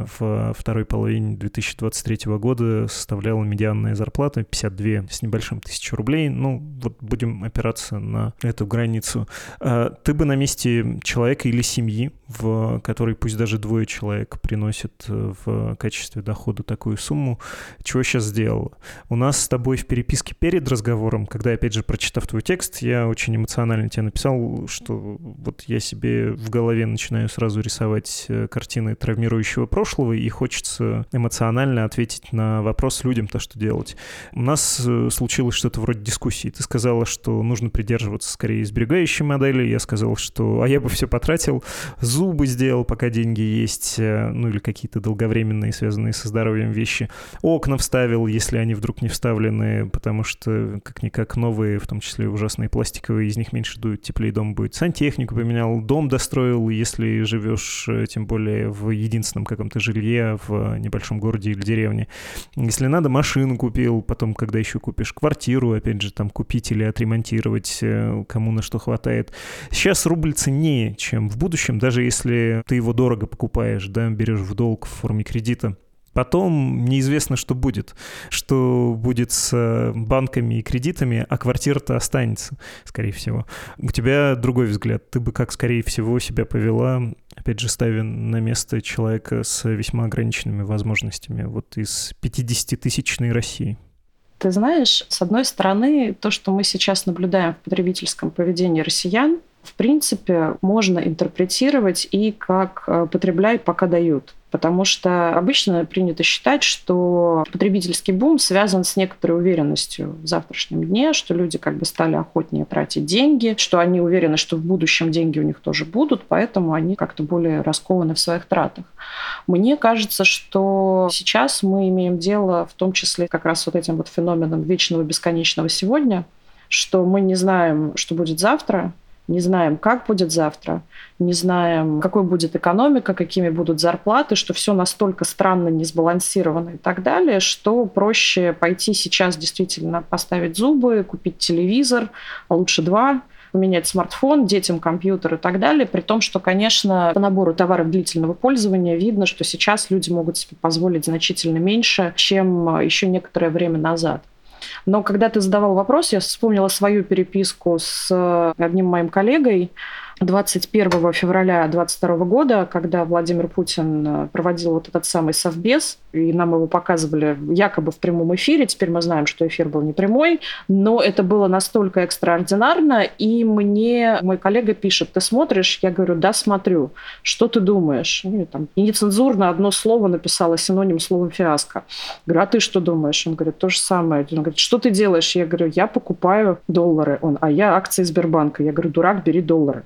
в второй половине две тысячи двадцать третьего года составляла медианная зарплата пятьдесят две с небольшим тысячи рублей. Ну, вот будем опираться на эту границу. Ты бы на месте человека или семьи, в которой пусть даже двое человек приносят в качестве дохода такую сумму, чего сейчас сделала? У нас с тобой в переписке перед разговором, когда, опять же, прочитав твой текст, я очень эмоционально тебе написал, что вот я себе в голове начинаю сразу рисовать картины травмирующего прошлого, и хочется эмоционально ответить на вопрос людям-то, что делать. У нас случилось что-то вроде дискуссии. Ты сказала, что нужно придерживаться скорее сберегающей модели. Я сказал, что а я бы все потратил, зубы сделал, пока деньги есть, ну или какие-то долговременные, связанные со здоровьем вещи. Окна вставил, если они вдруг не вставлены, потому что как-никак новые, в том числе ужасные пластиковые, из них меньше дует, теплее дом будет. Сантехнику поменял, дом достроил, если живешь, тем более в единственном каком-то жилье в небольшом городе или деревне. Если надо, машину купил, потом, когда еще купишь квартиру, опять же, там купить или отремонтировать, кому на что хватает. Сейчас рубль ценнее, чем в будущем, даже если ты его дорого покупаешь, да, берешь в долг в форме кредита. Потом неизвестно, что будет. Что будет с банками и кредитами, а квартира-то останется, скорее всего. У тебя другой взгляд. Ты бы как, скорее всего, себя повела, опять же, ставя на место человека с весьма ограниченными возможностями, вот из пятидесятитысячной России?
Ты знаешь, с одной стороны, то, что мы сейчас наблюдаем в потребительском поведении россиян, в принципе, можно интерпретировать и как «потребляй, пока дают». Потому что обычно принято считать, что потребительский бум связан с некоторой уверенностью в завтрашнем дне, что люди как бы стали охотнее тратить деньги, что они уверены, что в будущем деньги у них тоже будут, поэтому они как-то более раскованы в своих тратах. Мне кажется, что сейчас мы имеем дело в том числе как раз вот этим вот феноменом вечного бесконечного сегодня, что мы не знаем, что будет завтра, не знаем, как будет завтра, не знаем, какой будет экономика, какими будут зарплаты, что все настолько странно, не сбалансировано и так далее, что проще пойти сейчас действительно поставить зубы, купить телевизор, а лучше два, поменять смартфон, детям компьютер и так далее, при том, что, конечно, по набору товаров длительного пользования видно, что сейчас люди могут себе позволить значительно меньше, чем еще некоторое время назад. Но когда ты задавал вопрос, я вспомнила свою переписку с одним моим коллегой двадцать первого февраля две тысячи двадцать второго года, когда Владимир Путин проводил вот этот самый совбез, и нам его показывали якобы в прямом эфире. Теперь мы знаем, что эфир был не прямой, но это было настолько экстраординарно, и мне мой коллега пишет: ты смотришь? Я говорю: да, смотрю. Что ты думаешь? Ну, там, и нецензурно одно слово написала, синоним словом фиаско. Говорю: а ты что думаешь? Он говорит: то же самое. Он говорит: что ты делаешь? Я говорю: я покупаю доллары. Он: а я акции Сбербанка. Я говорю: дурак, бери доллары.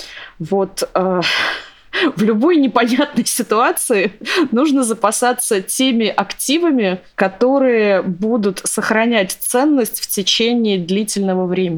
Вот э, в любой непонятной ситуации нужно запасаться теми активами, которые будут сохранять ценность в течение длительного времени.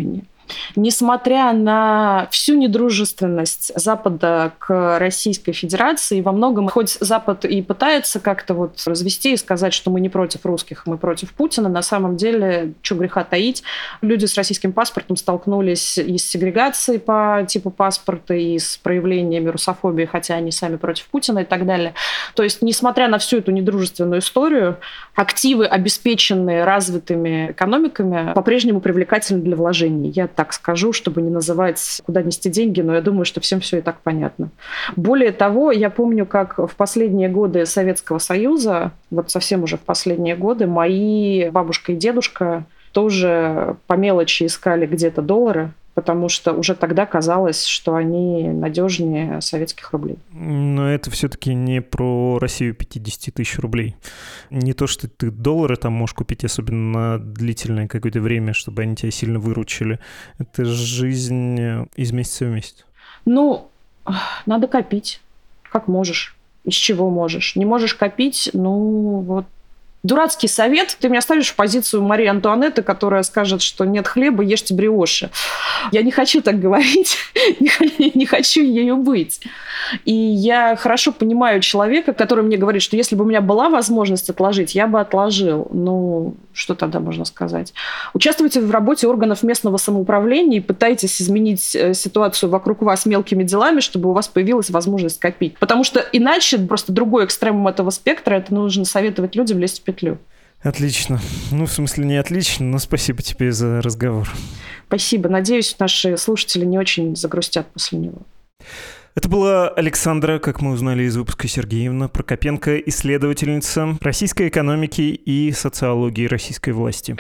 Несмотря на всю недружественность Запада к Российской Федерации, во многом, хоть Запад и пытается как-то вот развести и сказать, что мы не против русских, мы против Путина, на самом деле, что греха таить, люди с российским паспортом столкнулись и с сегрегацией по типу паспорта, и с проявлениями русофобии, хотя они сами против Путина и так далее. То есть, несмотря на всю эту недружественную историю, активы, обеспеченные развитыми экономиками, по-прежнему привлекательны для вложений. Я так скажу, чтобы не называть, куда нести деньги, но я думаю, что всем все и так понятно. Более того, я помню, как в последние годы Советского Союза, вот совсем уже в последние годы, мои бабушка и дедушка тоже по мелочи искали где-то доллары, потому что уже тогда казалось, что они надежнее советских рублей.
Но это все-таки не про Россию пятьдесят тысяч рублей. Не то, что ты доллары там можешь купить, особенно на длительное какое-то время, чтобы они тебя сильно выручили. Это жизнь из месяца в месяц.
Ну, надо копить, как можешь, из чего можешь. Не можешь копить, ну вот. Дурацкий совет. Ты меня ставишь в позицию Марии Антуанетты, которая скажет, что нет хлеба, ешьте бриоши. Я не хочу так говорить, не хочу ею быть. И я хорошо понимаю человека, который мне говорит, что если бы у меня была возможность отложить, я бы отложил. Ну, что тогда можно сказать? Участвуйте в работе органов местного самоуправления и пытайтесь изменить ситуацию вокруг вас мелкими делами, чтобы у вас появилась возможность копить. Потому что иначе просто другой экстремум этого спектра, это нужно советовать людям лезть в петлю.
Отлично. Ну, в смысле, не отлично, но спасибо тебе за разговор.
Спасибо. Надеюсь, наши слушатели не очень загрустят после него.
Это была Александра, как мы узнали из выпуска Сергеевна Прокопенко, исследовательница российской экономики и социологии российской власти.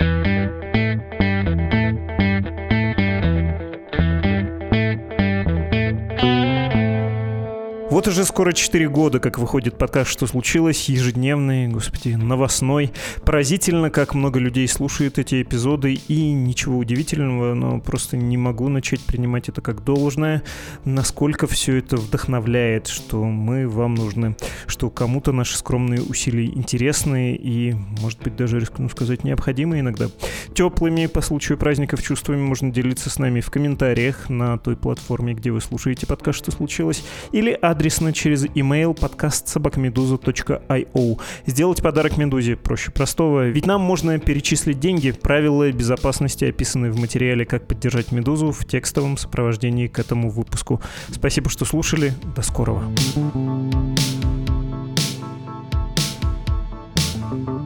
Вот уже скоро четыре года, как выходит подкаст «Что случилось?», ежедневный, господи, новостной. Поразительно, как много людей слушают эти эпизоды, и ничего удивительного, но просто не могу начать принимать это как должное. Насколько все это вдохновляет, что мы вам нужны, что кому-то наши скромные усилия интересны и, может быть, даже, рискну сказать, необходимы иногда. Теплыми по случаю праздников чувствами можно делиться с нами в комментариях на той платформе, где вы слушаете подкаст «Что случилось?», или адрес адресно через email подкаст собака медуза точка ай о. Сделать подарок Медузе проще простого, ведь нам можно перечислить деньги. Правила безопасности описаны в материале «Как поддержать Медузу» в текстовом сопровождении к этому выпуску. Спасибо, что слушали. До скорого.